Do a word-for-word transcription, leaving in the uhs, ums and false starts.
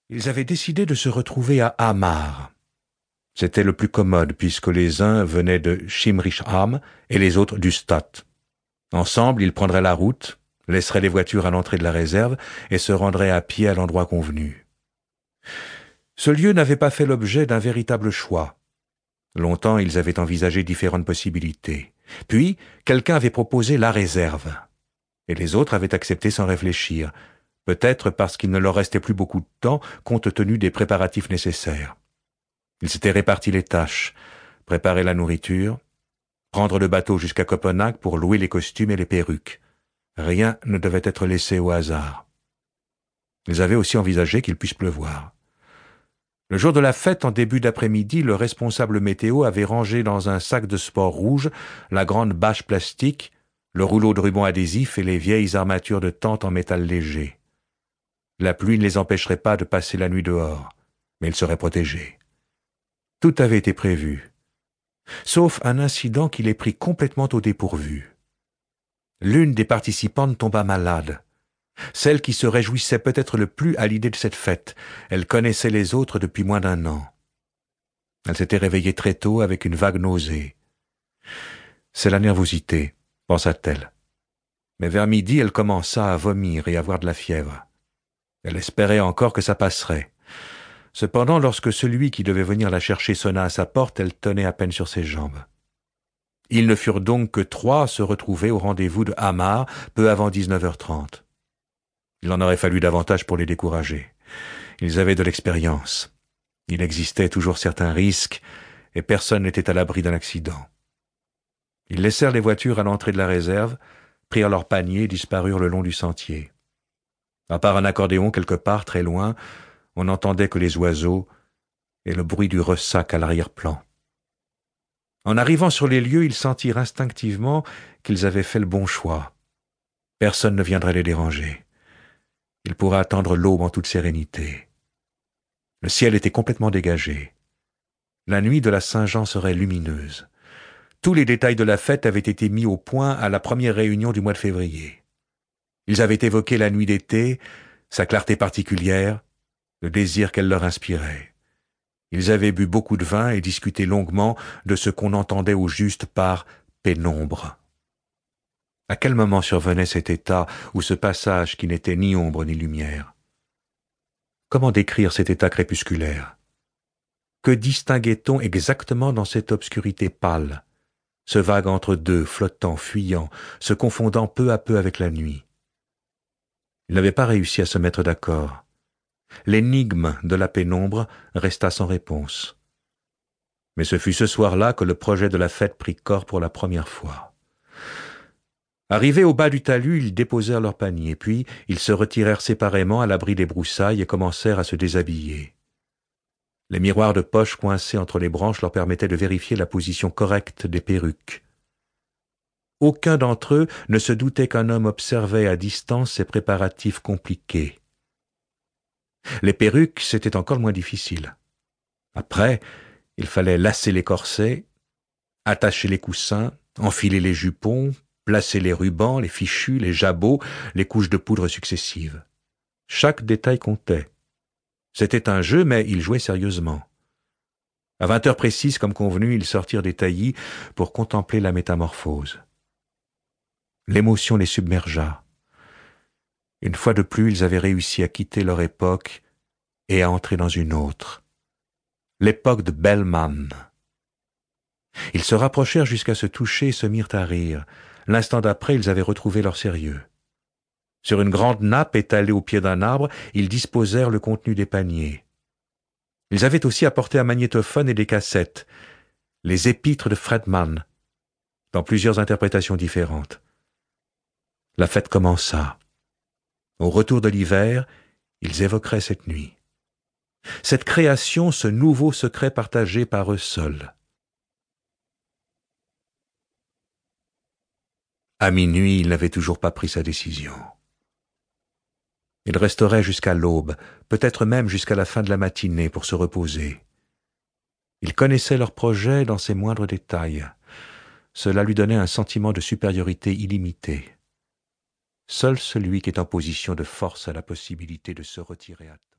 Ils avaient décidé de se retrouver à Hamar. C'était le plus commode puisque les uns venaient de Shimrisham et les autres du Stat. Ensemble, ils prendraient la route, laisseraient les voitures à l'entrée de la réserve et se rendraient à pied à l'endroit convenu. Ce lieu n'avait pas fait l'objet d'un véritable choix. Longtemps, ils avaient envisagé différentes possibilités. Puis, quelqu'un avait proposé la réserve. Et les autres avaient accepté sans réfléchir, peut-être parce qu'il ne leur restait plus beaucoup de temps compte tenu des préparatifs nécessaires. Ils s'étaient répartis les tâches, préparer la nourriture, prendre le bateau jusqu'à Copenhague pour louer les costumes et les perruques. Rien ne devait être laissé au hasard. Ils avaient aussi envisagé qu'il puisse pleuvoir. Le jour de la fête, en début d'après-midi, le responsable météo avait rangé dans un sac de sport rouge la grande bâche plastique, le rouleau de ruban adhésif et les vieilles armatures de tente en métal léger. La pluie ne les empêcherait pas de passer la nuit dehors, mais ils seraient protégés. Tout avait été prévu, sauf un incident qui les prit complètement au dépourvu. L'une des participantes tomba malade. Celle qui se réjouissait peut-être le plus à l'idée de cette fête. Elle connaissait les autres depuis moins d'un an. Elle s'était réveillée très tôt avec une vague nausée. C'est la nervosité, pensa-t-elle. Mais vers midi, elle commença à vomir et à avoir de la fièvre. Elle espérait encore que ça passerait. Cependant, lorsque celui qui devait venir la chercher sonna à sa porte, elle tenait à peine sur ses jambes. Ils ne furent donc que trois à se retrouver au rendez-vous de Hamar peu avant dix-neuf heures trente. Il en aurait fallu davantage pour les décourager. Ils avaient de l'expérience. Il existait toujours certains risques, et personne n'était à l'abri d'un accident. Ils laissèrent les voitures à l'entrée de la réserve, prirent leurs paniers et disparurent le long du sentier. À part un accordéon quelque part, très loin, on n'entendait que les oiseaux et le bruit du ressac à l'arrière-plan. En arrivant sur les lieux, ils sentirent instinctivement qu'ils avaient fait le bon choix. Personne ne viendrait les déranger. Ils pourraient attendre l'aube en toute sérénité. Le ciel était complètement dégagé. La nuit de la Saint-Jean serait lumineuse. Tous les détails de la fête avaient été mis au point à la première réunion du mois de février. Ils avaient évoqué la nuit d'été, sa clarté particulière, le désir qu'elle leur inspirait. Ils avaient bu beaucoup de vin et discuté longuement de ce qu'on entendait au juste par pénombre. À quel moment survenait cet état ou ce passage qui n'était ni ombre ni lumière? Comment décrire cet état crépusculaire? Que distinguait-on exactement dans cette obscurité pâle, ce vague entre deux, flottant, fuyant, se confondant peu à peu avec la nuit? Ils n'avaient pas réussi à se mettre d'accord. L'énigme de la pénombre resta sans réponse. Mais ce fut ce soir-là que le projet de la fête prit corps pour la première fois. Arrivés au bas du talus, ils déposèrent leurs paniers, puis ils se retirèrent séparément à l'abri des broussailles et commencèrent à se déshabiller. Les miroirs de poche coincés entre les branches leur permettaient de vérifier la position correcte des perruques. Aucun d'entre eux ne se doutait qu'un homme observait à distance ces préparatifs compliqués. Les perruques, c'était encore moins difficile. Après, il fallait lasser les corsets, attacher les coussins, enfiler les jupons, placer les rubans, les fichus, les jabots, les couches de poudre successives. Chaque détail comptait. C'était un jeu, mais ils jouaient sérieusement. À vingt heures précises, comme convenu, ils sortirent des taillis pour contempler la métamorphose. L'émotion les submergea. Une fois de plus, ils avaient réussi à quitter leur époque et à entrer dans une autre. L'époque de Bellman. Ils se rapprochèrent jusqu'à se toucher et se mirent à rire. L'instant d'après, ils avaient retrouvé leur sérieux. Sur une grande nappe étalée au pied d'un arbre, ils disposèrent le contenu des paniers. Ils avaient aussi apporté un magnétophone et des cassettes, les épîtres de Fredman, dans plusieurs interprétations différentes. La fête commença. Au retour de l'hiver, ils évoqueraient cette nuit. Cette création, ce nouveau secret partagé par eux seuls. À minuit, il n'avait toujours pas pris sa décision. Il resterait jusqu'à l'aube, peut-être même jusqu'à la fin de la matinée pour se reposer. Il connaissait leur projet dans ses moindres détails. Cela lui donnait un sentiment de supériorité illimitée. Seul celui qui est en position de force a la possibilité de se retirer à temps.